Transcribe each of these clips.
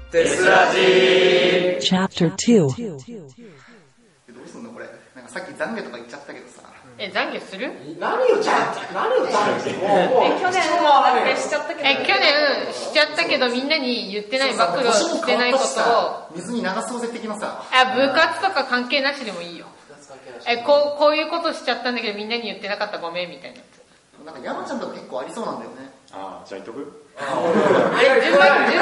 テスラジー Chapter 2。 どうすんのこれ。なんかさっき懺悔とか言っちゃったけどさ。 懺悔する？ 何をちゃんともう去年懺悔しちゃったけど。 去年しちゃったけどみんなに言ってない暴露してないことを。 水に流そうぜ的なさ。 部活とか関係なしでもいいよ。こういうことしちゃったんだけどみんなに言ってなかったごめんみたいなやつ。 なんか山ちゃんとか結構ありそうなんだよね。 ああ、じゃあ言っとく？ あれ順番に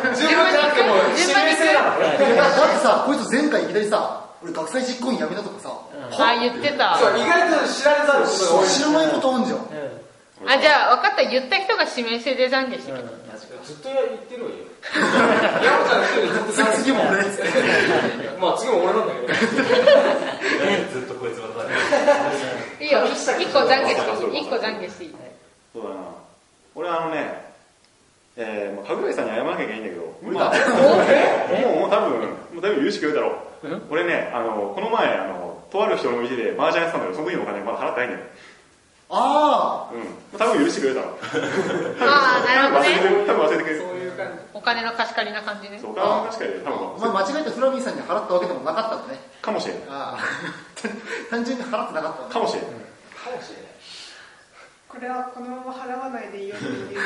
だってさ、こいつ前回いきなりさ、俺学祭実行委員辞めたとかさ、 言ってた。 そう、意外と知られざることが多い。 知らないことあんじゃん。 じゃあ分かった、言った人が指名制で懺悔してくる。 ずっと言ってるわよ。山ちゃんの人に次も俺。 まあ次も俺なんだけど。 ずっとこいつはいいよ、一個懺悔していい。 そうだな。俺はかぐらいさんに謝らなきゃいけないんだけど、 無理だ。 もう多分許してくれるだろう。俺ね、この前、とある人の家で麻雀やってたんだけど、その時のお金まだ払ってないんだよ。 あ多分許してくれるだろう。 なるほどね。 多分忘れてくれる。 そういう感じ。 お金の貸し借りな感じね。 そう、確かに多あ。 分。 間違えてフラミーさんに払ったわけでもなかったんだね。 かもしれない。 単純に払ってなかった。 かもしれない。 かもしれない。 これはこのまま払わないでいいよっていう。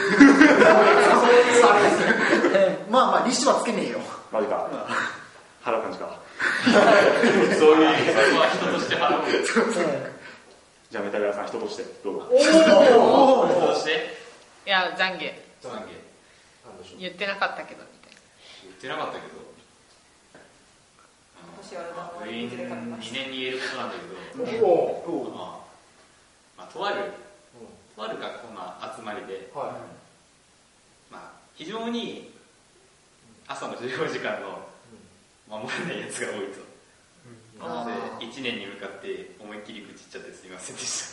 まあ利子はつけねえよ。 マジか。払う感じか。 そういう人として払う。 じゃあメタル屋さん人としてどうぞ。 人として。 いや、懺悔。言ってなかったけどみたいな。 言ってなかったけど。部員2年に言えることなんだけど。とある学校の集まりで、非常に朝の授業時間の守れないやつが多いと。なので1年に向かって思いっきり愚痴っちゃってすみませんでした。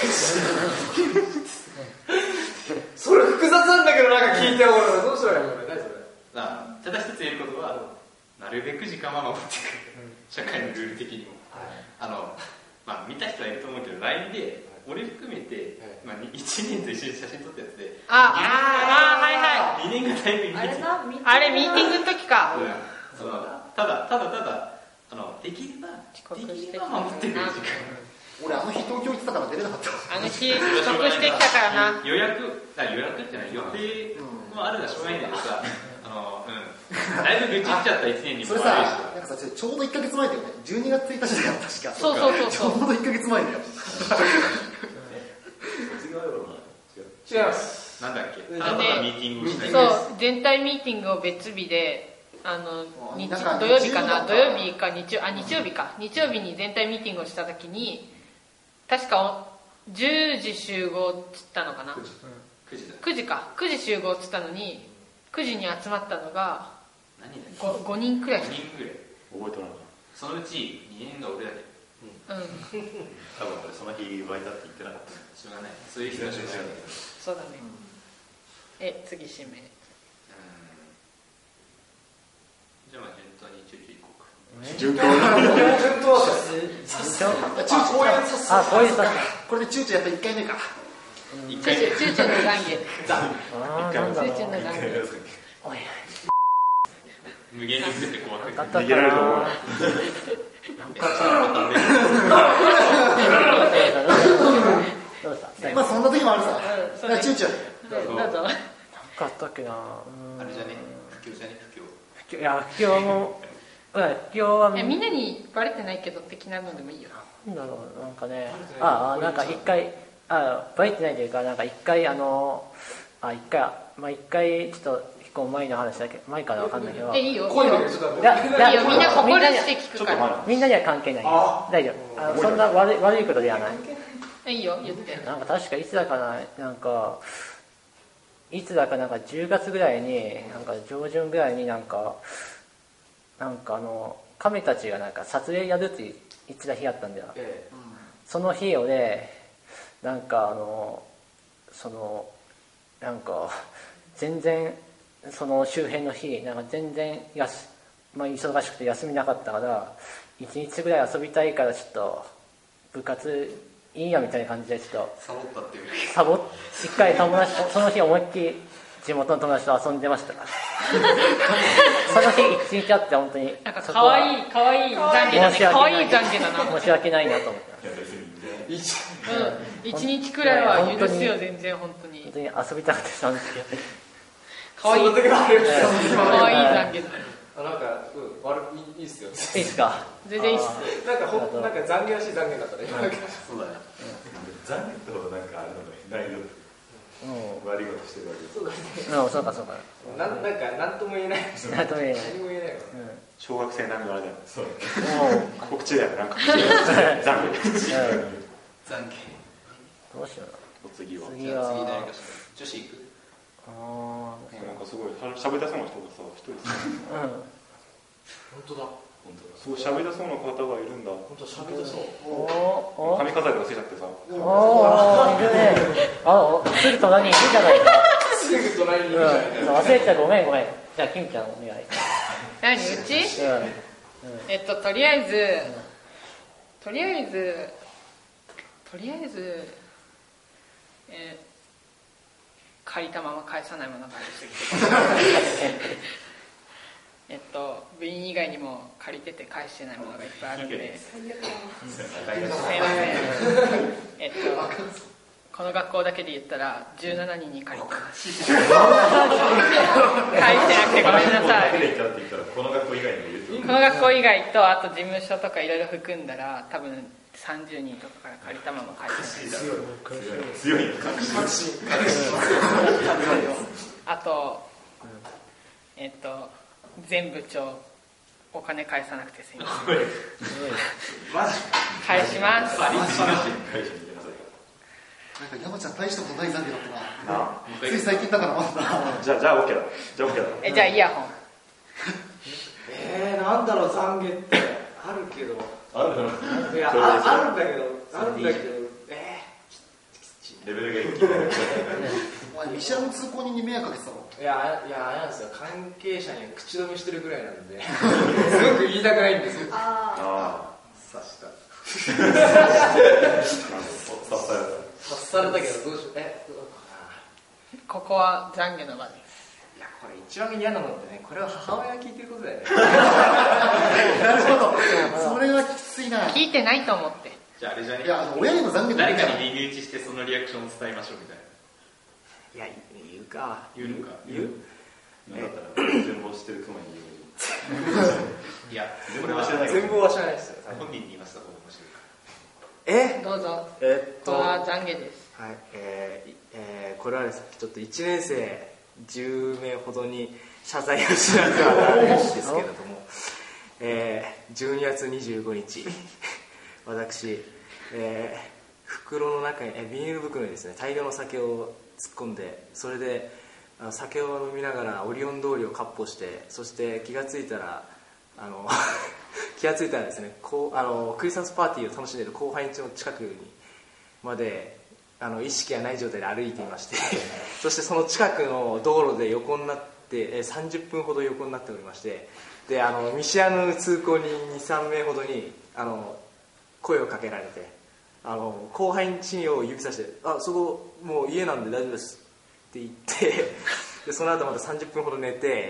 それ複雑なんだけどなんか聞いておる。どうしたらいいのこれ？何それ？ ただ一つ言えることは、なるべく時間は守ってくる。社会のルール的にも。見た人はいると思うけど LINE で俺含めて、1年と一緒に写真撮ったやつで、2年がだいぶ見てきた。 あれミーティングの時か。 ただできれば守ってくる時間。 俺日東京行ってたから出れなかった。 日遅刻してきたからな。 予約ってない予定もあるのはしょうがないんだけどさ、だいぶ愚痴っちゃった1年にもそれさ、なんかさ、ちょうど1ヶ月前だよね。12月1日だよ、確か。 そう。 ちょうど1ヶ月前だよ。 違います。 なんだっけ？ただミーティングをしたい。 そう、全体ミーティングを別日で、土曜日かな、土曜日か日曜日か。日曜日に全体ミーティングをしたときに、確か10時集合っつったのかな。9時か。9時集合っつったのに、9時に集まったのが5人くらい。 覚えてない。 そのうち2年が俺だけ。 多分俺その日湧いたって言ってなかった。 しょうがない。そういう人はしょうがない。 そうだね。次指名。 じゃあ順当にチューチュー行こうか。 順当これでチューチューやった1回目か。 チューチューの懺悔。 チューチューの懺悔。 無限にすって怖くて逃げられると思う。 まあそんな時もあるさ。チューチュー。 どうぞ。 かったっけな。 あれじゃね、不況じゃね、不況。 いや、不況も、不況は。 みんなにバレてないけど的なのでもいいよ。 なんだろう、なんかね、なんか一回、バレてないというか、なんか一回、一回、ちょっと、結構前の話だけど、前からわかんないけど。 いいよ。 いや、みんな心して聞くから。 みんなには関係ない。大丈夫。そんな悪いことではない。 いいよ、言って。 なんか確かいつだかなんか10月ぐらいに、なんか上旬ぐらいに亀たちがなんか撮影やるって言ってた日あったんだよ。その日をね、全然その周辺の日全然忙しくて休みなかったから1日ぐらい遊びたいからちょっと部活いいやみたいな感じでちょっとサボったっていう一回友達とその日思いっきり地元の友達と遊んでましたその日一日あって本当になんかかわいい懺悔だね。かわいい懺悔だな。 申し訳ないなと思って一日くらいは許すよ、全然本当に。 本当に遊びたくてたんですけどかわいい懺悔だ。 なんか、いいっすよ。 いいですか。 全然いいっす。 なんか懺悔らしい懺悔だったね。 そうだね。懺悔となんかあれなのね、悪いことしてるわけです。 そうか。 なんか、なんとも言えない。 なんとも言えない。 何も言えないわ。 小学生並みのあれだよ。そう。告知だよ、なんか。懺悔。 どうしような。 お次は。 じゃあ次誰かしら。女子行く？ なんかすごい喋りたそうな人がさ、一人さ。 本当だ。 すごい喋りたそうな方がいるんだ。 本当喋りたそう。 髪飾り忘れちゃってさ。 いるね。すぐ隣にいるじゃないか。 すぐ隣にいるじゃないか。 忘れちゃう、ごめん。じゃあ金ちゃんお願い。 何、うち？とりあえず借りたまま返さないものがある部員以外にも借りてて返してないものがいっぱいあるんで、すいません。この学校だけで言ったら17人に借りてます返してなくてごめんなさい。 この学校以外にもいる。 この学校以外とあと事務所とかいろいろ含んだら多分30人とかから借りたまま返してない。 強い確信あと全部お金返さなくてすいません。返します。 なんか山ちゃん大したことない懺悔だったな。つい最近だからまだ。 じゃあ OK だ。じゃあイヤホン。 なんだろう、懺悔ってあるけど。あるんだけど、 レベルが一気に。 お前、見知らぬ通行人に迷惑かけてたろ。 あれなんですよ、関係者に口止めしてるぐらいなんで、すごく言いたくないんですよ。察されたけど、どうしよう。 ここは懺悔の場です。 いや、これ一番嫌なのってね、これは母親が聞いてることだよね。 なるほど。それはきついな。 聞いてないと思って。 じゃああれじゃね。 いや、親にも懺悔誰かに耳打ちしてそのリアクションを伝えましょうみたいな。 いや、言うか。 言うなんだったら全貌してる熊に言う。 いや、 全貌は知らない。 全部は知らないですよ。 本人に言いました方が面白いから。 どうぞ。これは懺悔です。 はい、これはですね、ちょっと1年生10名ほどに謝罪をしなくてはならないんですけれども、12月25日私、袋の中にビニール袋にですね大量の酒を突っ込んで、それで酒を飲みながらオリオン通りを闊歩して、そして気がついたらですね、クリスマスパーティーを楽しんでいる後輩ん家の近くにまで意識がない状態で歩いていましてそしてその近くの道路で横になって30分ほど横になっておりまして、で見知らぬ通行人 2,3 名ほどに声をかけられて、後輩ん家を指さして「そこもう家なんで大丈夫です」って言ってでその後また30分ほど寝て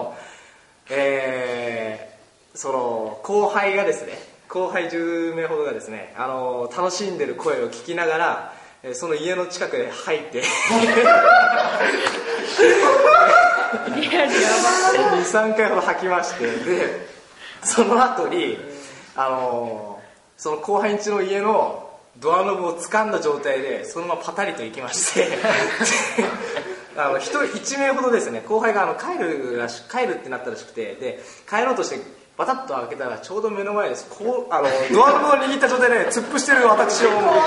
その後輩10名ほどがですね楽しんでる声を聞きながらその家の近くで入って2,3 回ほど吐きまして、でその後にその後輩ん家の家のドアノブを掴んだ状態でそのままパタリと行きまして1名ほどですね、後輩が帰るってなったらしくて、で帰ろうとしてバタッと開けたらちょうど目の前です。ドアノブを握った状態で突っ伏してる私をホラー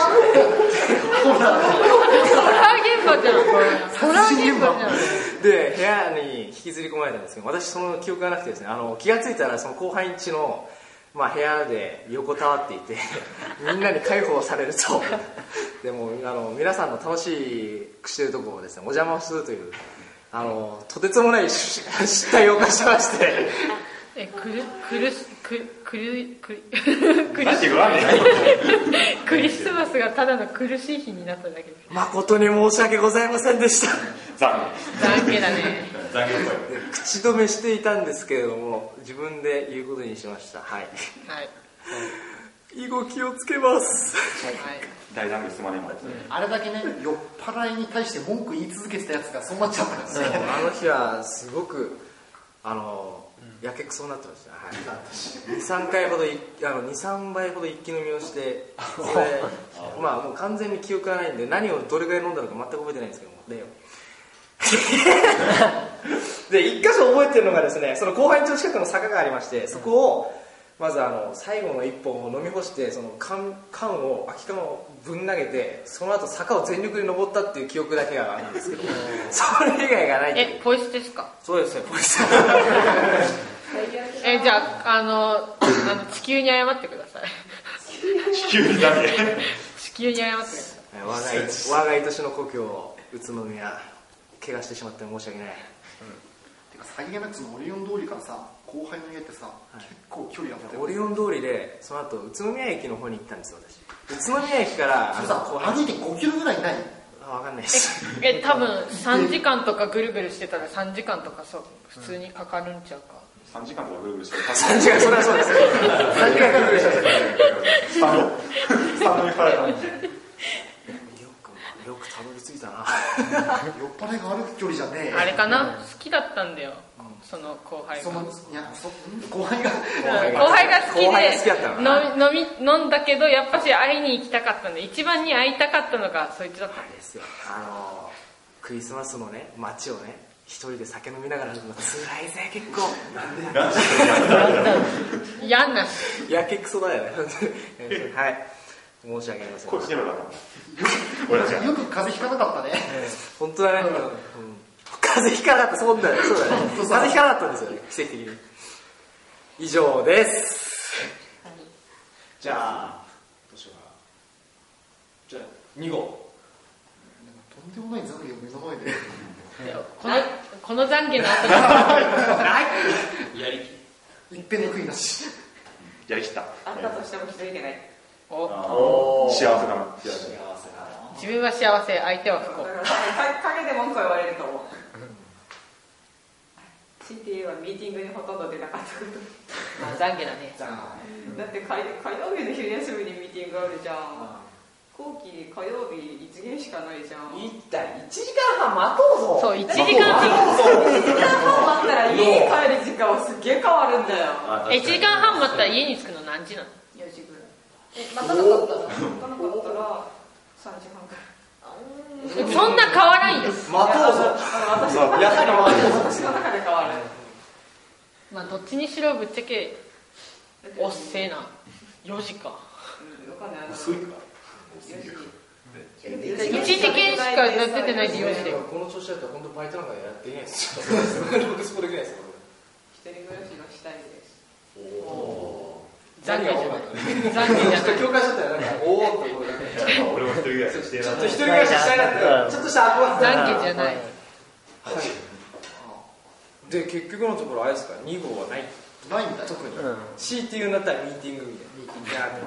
現場じゃん。ホラー現場じゃん。 で部屋に引きずり込まれたんですけど、私その記憶がなくてですね、気がついたらその後輩ん家の部屋で横たわっていてみんなに解放されるとでも皆さんの楽しくしてるところをですねお邪魔するというとてつもない失態を犯しまして苦リスマスがただの苦しい日になっただけです。 誠に申し訳ございませんでした。 残懺悔だね。 残念っぽい。 口止めしていたんですけれども、自分で言うことにしました。はい。 はい以後気をつけます。 はい大懺悔すまねえもん。 あれだけね、酔っ払いに対して文句言い続けてたやつがそうなっちゃったんですね。 あの日はすごくやけくそになってました。はい。2、3回ほど2、3杯ほど一気飲みをして、それまあもう完全に記憶がないんで、何をどれぐらい飲んだのか全く覚えてないんですけども、で一箇所覚えてるのがですね、その後輩町近くの坂がありまして、そこをまず最後の一本を飲み干して、その空き缶をぶん投げて、その後坂を全力で登ったっていう記憶だけがあるんですけど、それ以外がないという。 ポイ捨てですか？ そうですね、ポイ捨じゃあ地球に謝ってください。 地球にだけ。 地球に謝ってください。 我が愛しの故郷宇都宮、怪我してしまって申し訳ない。 てかさりげなくそのオリオン通りからさ、後輩の家ってさ、結構距離あったよ。 オリオン通りでその後宇都宮駅の方に行ったんですよ、私。宇都宮駅からそれさ、歩いて5キロぐらいない？ 分かんないです。 多分3時間とかぐるぐるしてたら3時間とかそう普通にかかるんちゃうか。 3時間とかぐるぐるしてる。 3時間、それはそうですよ。3時間ぐるぐるしてました。 スタンドに帰らない。 よくたどり着いたな。 酔っ払いが歩く距離じゃねえ。 あれかな、好きだったんだよ、その後輩が。 後輩が後輩が好き後輩が好きだったので飲んだけど、やっぱし会いに行きたかったんで、一番に会いたかったのがそいつだったんですよ。 クリスマスのね、街をね、一人で酒飲みながら歩くの辛いぜ、結構。 やんなし。 やけくそだよね。はい。申し訳ありません。 声かけろかった。俺たちが。 よく風邪ひかなかったね。 本当だね。風邪ひかなかった、そうだね。風邪ひかなかったんですよね、奇跡的に。以上です。じゃあ、どうしようかな。じゃあ、2号。 とんでもない懺悔を目の前で。 この懺悔の後にやりき一遍の悔いなし。 やりきった。 あったとしても一人でない。 幸せだな。 自分は幸せ、相手は不幸。 だから陰で文句言われると思う。CTA はミーティングにほとんど出なかったこと。 懺悔だね。 だって火曜日の昼休みにミーティングあるじゃん。後期火曜日1限しかないじゃん。 一体1時間半待とうぞ。 そう、1時間半。 1時間半待ったら家に帰る時間はすっげえ変わるんだよ。 1時間半待ったら家に着くの何時なの 4時ぐらい。待たなかったら3時半くらい。 そんな変わらんよ。 待とうぞ。やはり待とうぞ。 私の中で変わる。 まあどっちにしろぶっちゃけおっせえな。4時か。 遅いか。 1時間しか出てないで4時で。 この調子だったら本当バイトなんかやっていないですよ。ロケスポできないですよ。 一人暮らしがしたいです。 懺悔じゃない。懺悔じゃない。 教会しちゃったらなんかおおって思うだけ。 俺も一人暮らししてえな。 ちょっと一人暮らししたいなってちょっとした憧れ。 懺悔じゃない。 で結局のところあれですか、2号はない。 ないんだよ。 特に。強いて言うんだったらミーティングみたいな。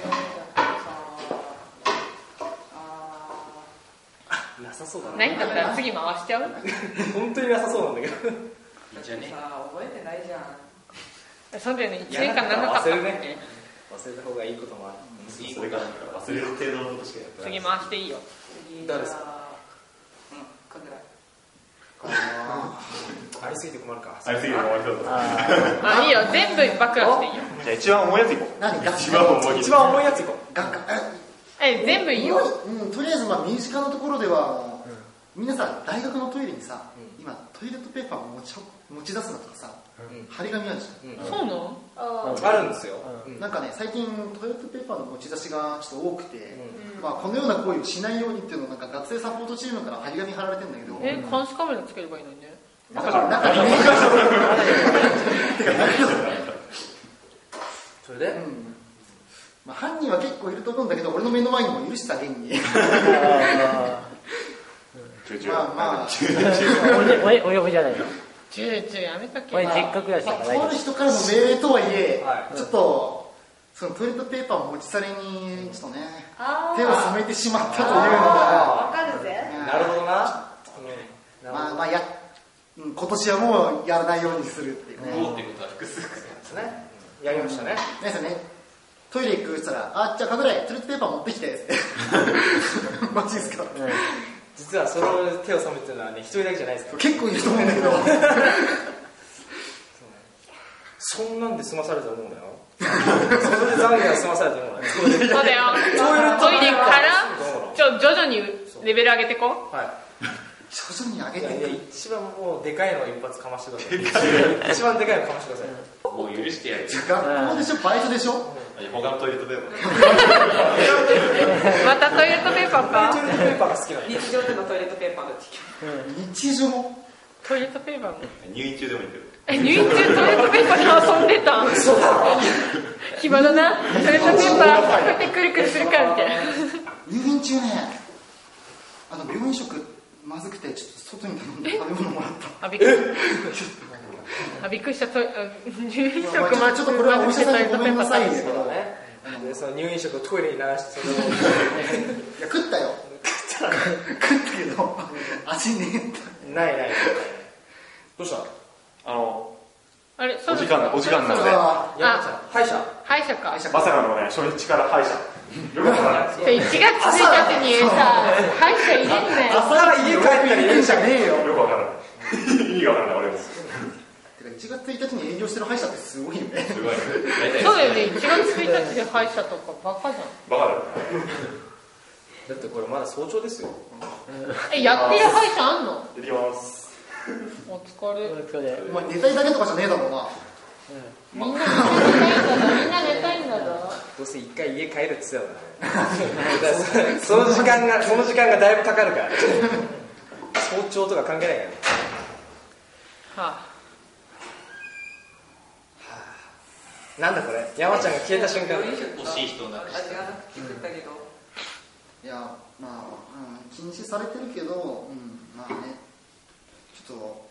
なさそうだな。 何だったら次回しちゃう？ 本当になさそうなんだけど。 だってさ、覚えてないじゃん。 そうだよね、1年間なんなかったもんね。 忘れた方がいいこともある。 それから忘れる程度のことしかやってない。 次回していいよ。 誰ですか？ かぐらい。 ありすぎて困るか。 ありすぎて困る人だ。 あ、いいよ、全部暴露していいよ。 じゃあ一番重いやついこう。 何が一番重い。 一番重いやついこう。 全部いいよ。 とりあえずまあ身近なところでは、みんなさ、大学のトイレにさ、今トイレットペーパーを持ち出すなとかさ、張り紙あるじゃん。 そうなの？ あるんですよ。 なんかね、最近トイレットペーパーの持ち出しがちょっと多くて、まあこのような行為をしないようにっていうのをなんか学生サポートチームから張り紙貼られてんだけど、 監視カメラつければいいのにね。 それで、 まあ、犯人は結構いると思うんだけど、俺の目の前にもいるしさ、現に。まあまあ、 お呼びじゃないの。 チューやめとけ。 俺実家暮らしだから。 とある人からの命令とはいえ、ちょっとそのトイレットペーパーを持ち去りにちょっとね。 あ手を染めてしまったというのがわかるぜ。 なるほどな。 まあ今年はもうやらないようにするっていうね。 もうってことは複数ですね。やりましたね。 ですよね。トイレ行くしたら、あ、じゃあかぐらいトイレットペーパー持ってきてってマジですか。 実はそれを手を染めてるのはね、一人だけじゃないですから。 結構いると思うんだけどそんなんで済まされたと思うのよ。それで懺悔が済まされたと思うのよ。 そうだよ。トイレから徐々にレベル上げてこう。 はい。 徐々に上げていく。 一番もうでかいのを一発かましてください。一番でかいのかましてください。 もう許してやる。 学校でしょ、バイトでしょ。 他のトイレットペーパー。 またトイレットペーパーか。 トイレットペーパーが好きなの。 日常でのトイレットペーパーの日常トイレットペーパーも。 入院中でもいいけど。 入院中トイレットペーパーで遊んでた。暇だな。トイレットペーパーこうやってくるくるするかみたいな。 入院中ね、病院食まずくてちょっと外に頼んで食べ物もらった。 あ、びっくりした。入院食まちょっとこれはお医者さんにごめんなさいですけどね。でその入院食をトイレに流してそれをいや食ったよ。食ったけど味ねえんだ。 ないどうした？ あれ、 お時間なので、 山ちゃん歯医者歯医者か。 まさかのね、初日から歯医者。よかったな。 1月1日にさ、歯医者入れんなよ。 朝から家帰ったら入院者ねえよ。 よくわからない。意味がわからない、俺も。 てか1月1日に営業してる歯医者ってすごいよね。 すごい。 そうだよね、1月1日で歯医者とかバカじゃん。 バカだよ。 だってこれまだ早朝ですよ。 やってる歯医者あんの？ 行ってきます。 お疲れ。 お前寝たいだけとかじゃねえだろうな。 みんな寝たいんだぞ。 どうせ一回家帰るって言ってたよな。その時間がだいぶかかるから。早朝とか関係ないから。 はあ。 なんだこれ、山ちゃんが消えた瞬間。 欲しい人をなくして。 味がなくて食ったけど。 いや禁止されてるけど、まあね、ちょっと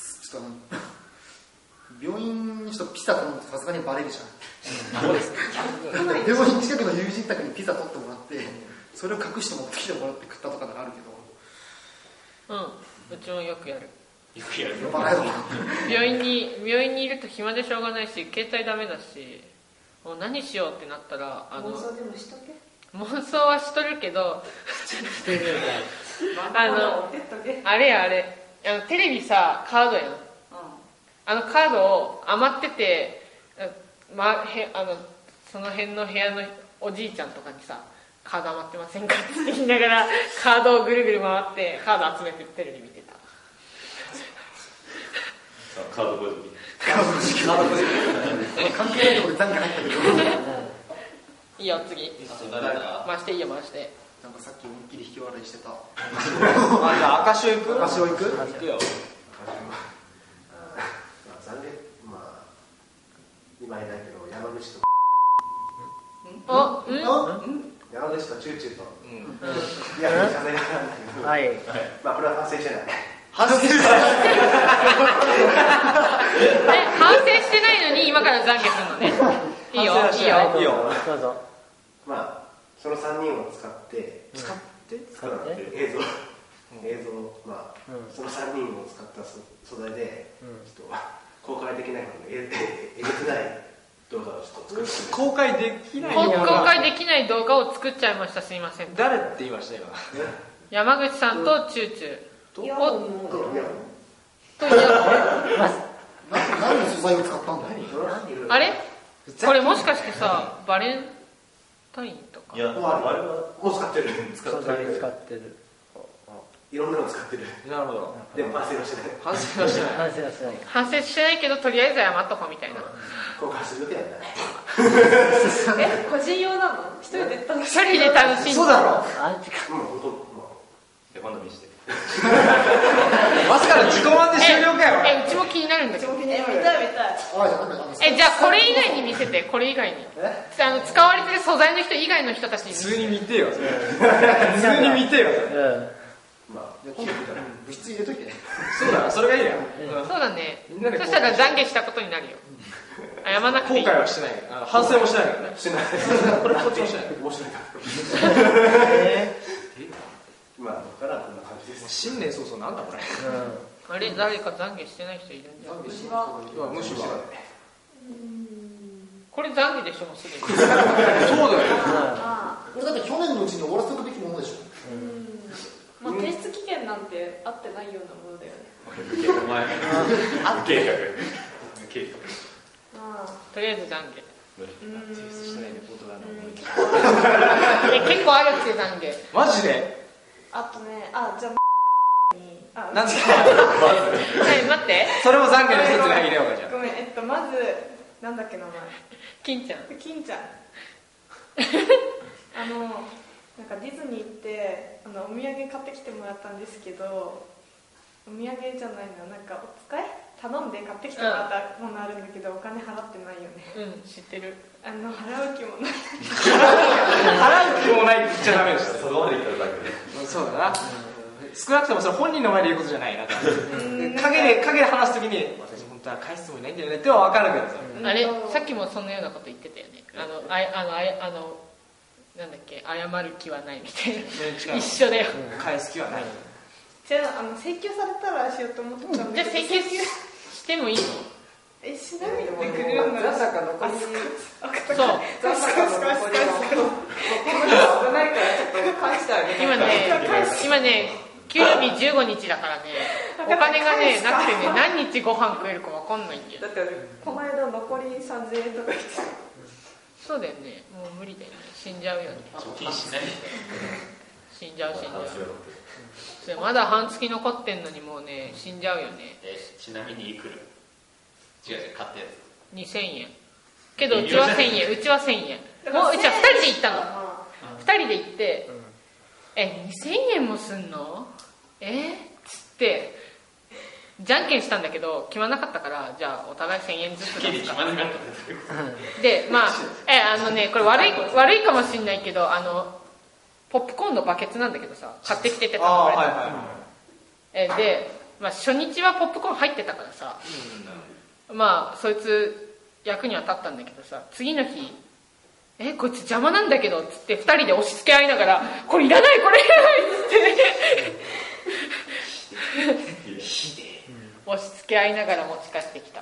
病院にちょっとピザ頼むとさすがにバレるじゃん。 そうですね。 病院近くの友人宅にピザ取ってもらって、それを隠して持ってきてもらって食ったとかならあるけど。 うちもよくやる。 よくやる。 バカ野郎。 病院にいると暇でしょうがないし、携帯ダメだし、もう何しようってなったら、 妄想でもしとけ。 妄想はしとるけど、あれ、テレビさ、カードやん。カードを余ってて、その辺の部屋のおじいちゃんとかにさ、カード余ってませんかって言いながら、カードをぐるぐる回って、カード集めてテレビ見てた。 カード小泉。 関係ないところで残機入ったけど。 いいよ、次。回していいよ、回して。 なんかさっき思いっきり引き笑いしてた。 じゃあ赤潮行く？ 赤潮行く？ 行くよ。 残念、今いないけど山口と山口とチューチューといや喋らないんだけど、 はい。 これは反省してない。 反省してない。 反省してないのに今から懺悔するのね。いいよ。 どうぞ。 その3人を使って映像、その3人を使った素材でちょっと公開できないのでえげつない動画をちょっと作って公開できない公開できない動画を作っちゃいました。すいません。 誰って言いました今。 山口さんとチューチュー。 いや、 何の素材を使ったんだ？ あれ？これもしかしてさ、バレンタインとか？ いや、あれはもう使ってる。 素材使ってる。 いろんなの使ってる。 なるほど。 でも反省はしてない。 反省はしてない。 反省はしない。 反省してないけど、とりあえず謝っとこうみたいな。 公開する予定はない。 個人用なの？一人で楽し一人で楽しんで。 そうだろ。 今度見して。 まさかの自己満で終了かよ。 うちも気になるんだけど。 みたい。 じゃあこれ以外に見せて、これ以外に。使われてる素材の人以外の人たちに見せて。 普通に見てよ。普通に見てよ。 物質入れといて。 そうだな、それがいいや。 そうだね。そしたら懺悔したことになるよ。 謝らなくていい。 後悔はしてないから、反省もしてないからね。 してない。 これこっちもしてない。 面白いから。まあだからこんな感じです。 新年早々なんだこれ。 あれ、誰か懺悔してない人いるんじゃない？ 虫はむしろこれ懺悔でしょ、もうすでに。 そうだよ。 これだって去年のうちに終わらせておくべきものでしょ。 まあ提出期限なんて合ってないようなものだよね。 お前無計画無計とりあえず懺悔。 提出してないレポートが結構あるって懺悔。 マジで？ あとね、じゃあになんで？ はい、待って。 それも懺悔の一つに入れようかじゃあ。 ごめん、まずなんだっけ名前。 金ちゃん。 金ちゃん。なんかディズニー行ってお土産買ってきてもらったんですけど、お土産じゃないの、なんかお使い頼んで買ってきてもらったものあるんだけど、お金払ってないよね。 うん、知ってる。 払う気もない。 払う気もないって言っちゃダメでしょ。 そこまでいったらだけで。 そうだな。少なくともそれ本人の前で言うことじゃないな。影で話すときに私本当は返すつもりないんだよねっては分かるけどさ。 あれ、さっきもそんなようなこと言ってたよね。なんだっけ、謝る気はないみたいな。一緒だよ。 返す気はない。 じゃあ請求されたらしようと思ってたんだけど。 じゃあ請求してもいいの？ しないでくれるんだ。 残高残りそう。 残高残りの少ないからちょっと返してあげて。 今ね、給料日15日だからね、お金がね、なくてね、何日ご飯食えるか分かんないんだよ。 だってこの間残り3000円とか言ってた。 そうだよね、もう無理だよね、死んじゃうよね。 貯金しない。 死んじゃう。それまだ半月残ってんのにもうね、死んじゃうよね。 ちなみにいくら？違う買ったやつ。 2000円。けどうちは1000円、うちは1000円。もううちは2人で行ったの。2人で行って、2000円もすんの？つってじゃんけんしたんだけど決まんなかったから、じゃあお互い1000円ずつ出すか。で、まあこれ悪いかもしんないけど、ポップコーンのバケツなんだけどさ、買ってきてて頼まれた。で、まあ初日はポップコーン入ってたからさ、まあそいつ役には立ったんだけどさ、次の日こいつ邪魔なんだけどっつって2人で押し付け合いながら、これいらないこれいらないっつって押し付け合いながら持ち帰ってきた。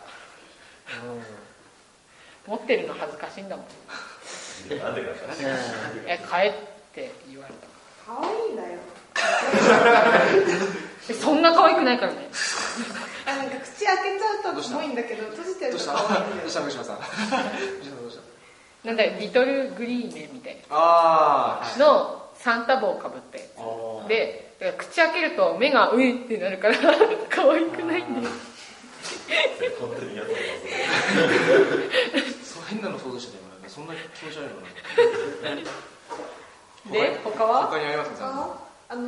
持ってるの恥ずかしいんだもん。 なんでか買えって言われた。 可愛いんだよ。 そんな可愛くないからね。 なんか口開けちゃうと重いんだけど、閉じてると可愛いんだよ。 どうした虫歯さん。 なんだよ、リトルグリーンメンみたいあなのサンタ帽をかぶって、で口開けると目がうえってなるから可愛くないんだよ。 本当に嫌だ。 そう変なの想像してたよ。そんな気持ち悪いのな。 で他は？ 他にありますか？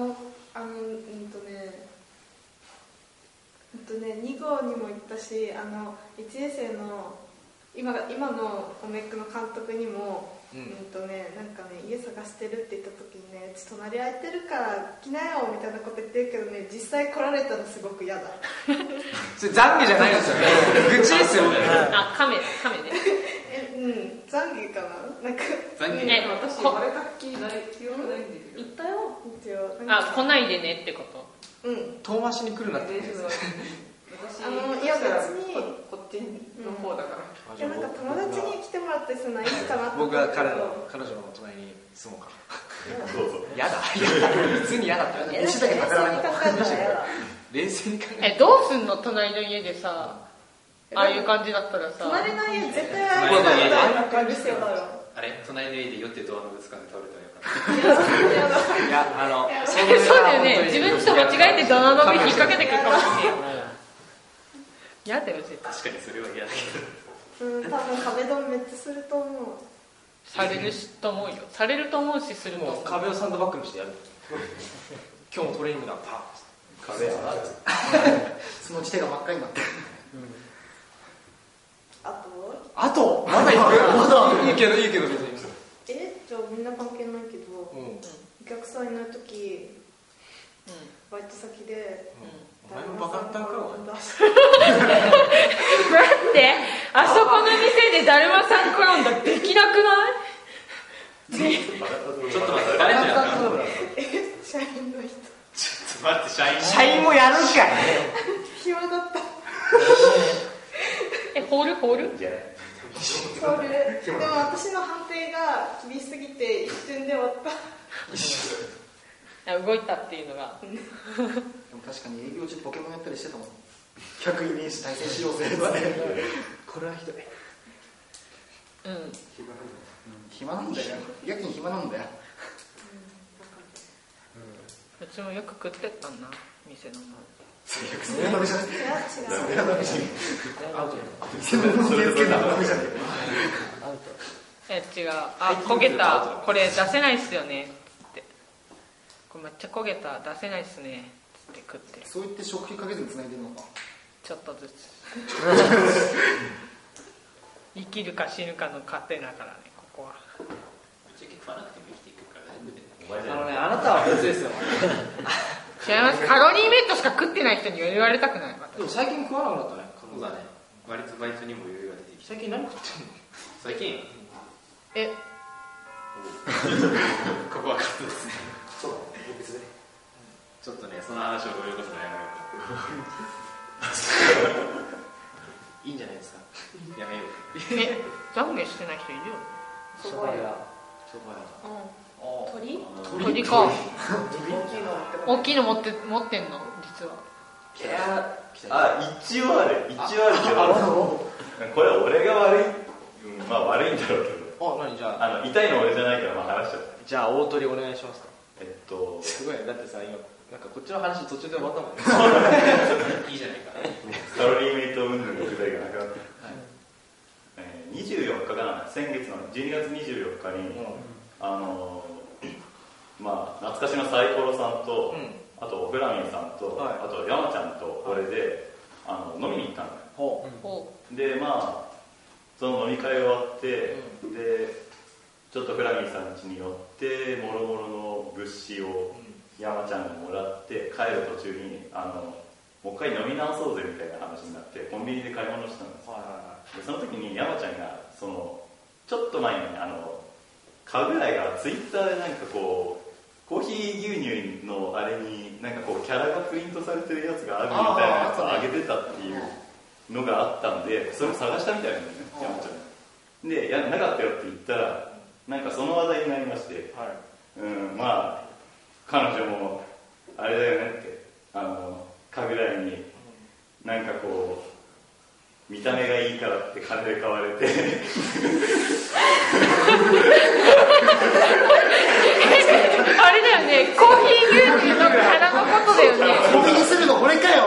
2号にも行ったし、1年生の今のオメックの監督にも、なんかね、家探してるって言った時にね、隣空いてるから来なよみたいなこと言ってるけどね、実際来られたらすごく嫌だ。 それ懺悔じゃないですよね。愚痴ですよね。 亀ね。 懺悔かな。なんか懺悔。 私あれだっけ記憶ないんだけど。 言ったよ一応。 来ないでねってこと。 遠回しに来るなって。 いや別にこっちの方だから。 いやなんか友達に来てもらったりするのはいいかなと思って。 僕は彼女の隣に住もうか。やだ。普通に嫌だった。 冷静に考えたら嫌だ。 冷静に考え。 どうすんの隣の家でさ、ああいう感じだったらさ。 隣の家絶対ああいう店だろ。 あれ隣の家で酔ってドアのぶつかんで倒れたらよかった。 いやそうだよね。自分ちと間違えてドアノブ引っ掛けてくるかもしれない。嫌だよ絶対。 確かにそれは嫌だけ多ど。 分壁ドンめっちゃすると思う。 されると思うよ。されると思うしすると思う。 壁をサンドバッグにしてやる。今日もトレーニングだ。 壁やな。 そのうち手が真っ赤になってる。 あとまだいいけど別に。 じゃあみんな関係ないけど、お客さんいない時、バイト先で、 お前もバカったんかお前。 ってあそこの店でだるまさん転んだできなくない？ ちょっと待って、誰じゃん。 社員の人。 ちょっと待って、 社員もやるんかい。 暇だった。 ホールホール。でも私の判定が厳しすぎて一瞬で終わった。 動いたっていうのが。 でも確かに営業中ポケモンやったりしてたもん。客イメージ対戦しようぜって。 これはひどい。 暇なんだよ。夜勤暇なんだよ。 うちもよく食ってったんな、店の。 それはダメじゃない。それはダメじゃない。 アウト。 違う。焦げた。これ出せないっすよね。ってこれめっちゃ焦げた。出せないっすね。って食ってる。 そう言って食費かけずに繋いでるのか。 ちょっとずつ。生きるか死ぬかの糧だからね、ここは。 ぶっちゃけ食わなくても生きていくから大丈夫だよ。 あなたは別ですよ。 違います。カロリーメイトしか食ってない人に言われたくない。 でも最近食わなくなったね。 そうだね。割とバイトにも余裕が出てきて。 最近何食ってんの？ 最近ここはカットですね。 そうだね、別で。 ちょっとね、その話をどういうことだやめようか。 いいんじゃないですか。 やめよう。 懺悔してない人いるよ。 そば屋。 鳥か。大きいの持ってんの実は。 一応あるけど、これは俺が悪い、まあ悪いんだろうけど。 何じゃあ痛いの俺じゃないから話しちゃった。 じゃあ大鳥お願いしますか。 すごい、だってさ、今なんかこっちの話途中で終わったもんね。 いいじゃないか。 カロリーメイト運動の時代がなくなって、24日かな、先月の12月24日に、まあ懐かしのサイコロさんと、あとフラミンさんと、あと山ちゃんと俺で飲みに行ったのよ。でまあその飲み会終わって、でちょっとフラミンさん家に寄ってもろもろの物資を山ちゃんにもらって帰る途中にもう一回飲み直そうぜみたいな話になってコンビニで買い物したんですよ。でその時に山ちゃんがちょっと前にかぐらいがツイッターでなんかこうコーヒー牛乳のあれになんかこうキャラがプリントされてるやつがあるみたいなやつをあげてたっていうのがあったんで、それを探したみたいなんだよね、山ちゃんで。なかったよって言ったらなんかその話題になりまして、まあ彼女もあれだよねってかぐらいになんかこう見た目がいいからって金で買われてあれだよね、コーヒー牛乳のキャラのことだよね。 コピーするの俺かよ。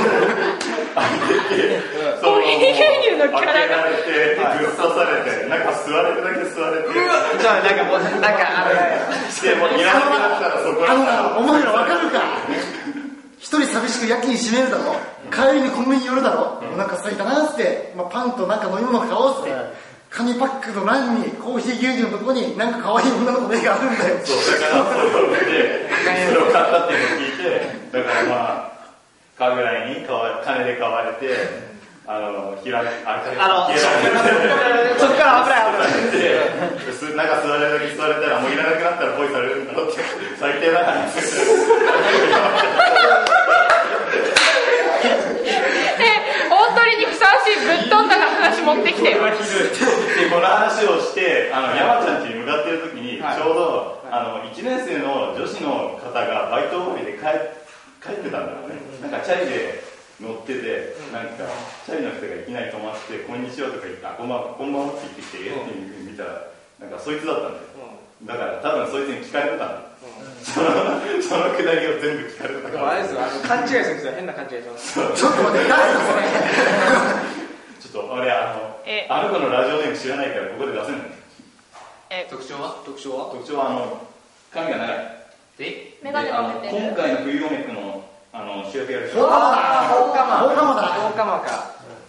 コーヒー牛乳のキャラが開けられてぶっ刺されてなんか座れるだけ座れて、 じゃあなんかもうなんかでもいらなくなったらそこお前らわかるか。一人寂しく夜勤閉めるだろ、帰りにコンビニ寄るだろ、お腹空いたなっつって、パンとなんか飲み物買おうっつって、紙パックの欄にコーヒー牛乳のとこになんか可愛い女の子の絵があるんだよ。 そうだからそれを見てそれを買ったっていうのを聞いて、だからまあかぐらいに金で買われてそっから危ないなんか座れるだけ座れたらもういらなくなったらポイされるんだろうって最低な話大鳥にふさわしいぶっ飛んだ話持ってきてよ。 でこの話をして山ちゃん家に向かってる時に、ちょうど1年生の女子の方がバイト終わりで帰ってたんだろうね。なんかチャリで乗ってて、なんかチャリの人がいきなり止まって「こんにちは」とか言って「こんばんは」って言ってきてっていう風に見たらなんかそいつだったんだよ。だから多分そいつに聞かれてたんだ。そのくだりを全部聞かれてたから。 あれですよ、勘違いするんですよ。変な勘違いします。 ちょっと待って、誰だそれ。 ちょっと俺あの子のラジオネーム知らないからここで出せない。 特徴は髪が長い。 メガネかけてる。 今回の冬コミックの主役やる人。 放課魔か。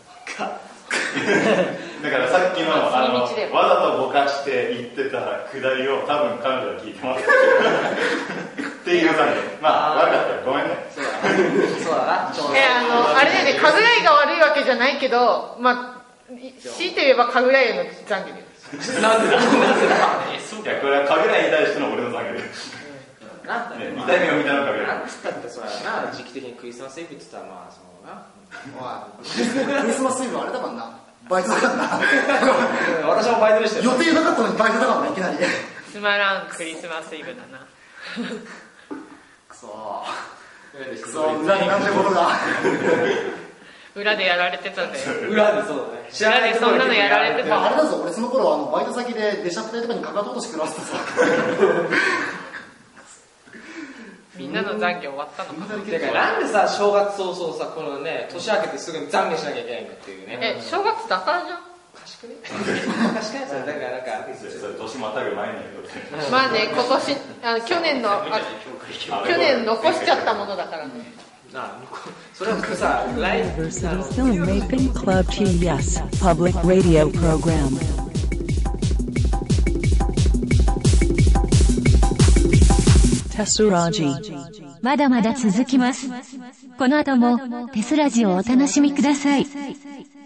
だからさっきのわざとぼかして言ってたくだりを多分彼女は聞いてますっていう感じ。まあ分かったよ、ごめんね。そうだな。 あれだよね、かぐらいが悪いわけじゃないけど、まあ強いて言えばかぐらいの懺悔です。 なんでだそうか、これはかぐらいに対しての俺の懺悔です。 なんだね、 見た目を見たのかぐらい。 なんつったってそれはな、時期的にクリスマスイブって言ったらまあそのな。 クリスマスイブはあれだからな、バイトだからな。 私もバイトでしたよ。 予定なかったのにバイトだからな、いきなり。 つまらんクリスマスイブだな。 くそー、裏になんてことが。 裏でやられてたんで。 裏でそうだね。 裏でそんなのやられてた。 あれだぞ、俺その頃バイト先で出しゃぶりとかにかかと落とし食らわせてさ。 みんなの残業終わったのかな。 てかなんでさ、正月早々さ、このね、年明けてすぐに残念しなきゃいけないんだっていうね。 正月だからじゃん。 おかしくね。おかしくないですよ。だからなんか年またぐ前にまあね、今年去年残しちゃったものだからね。 それはさ、 Universal Filmmaking Club TES Public Radio Program Tesuraji まだまだ続きます。この後もテスラジをお楽しみください。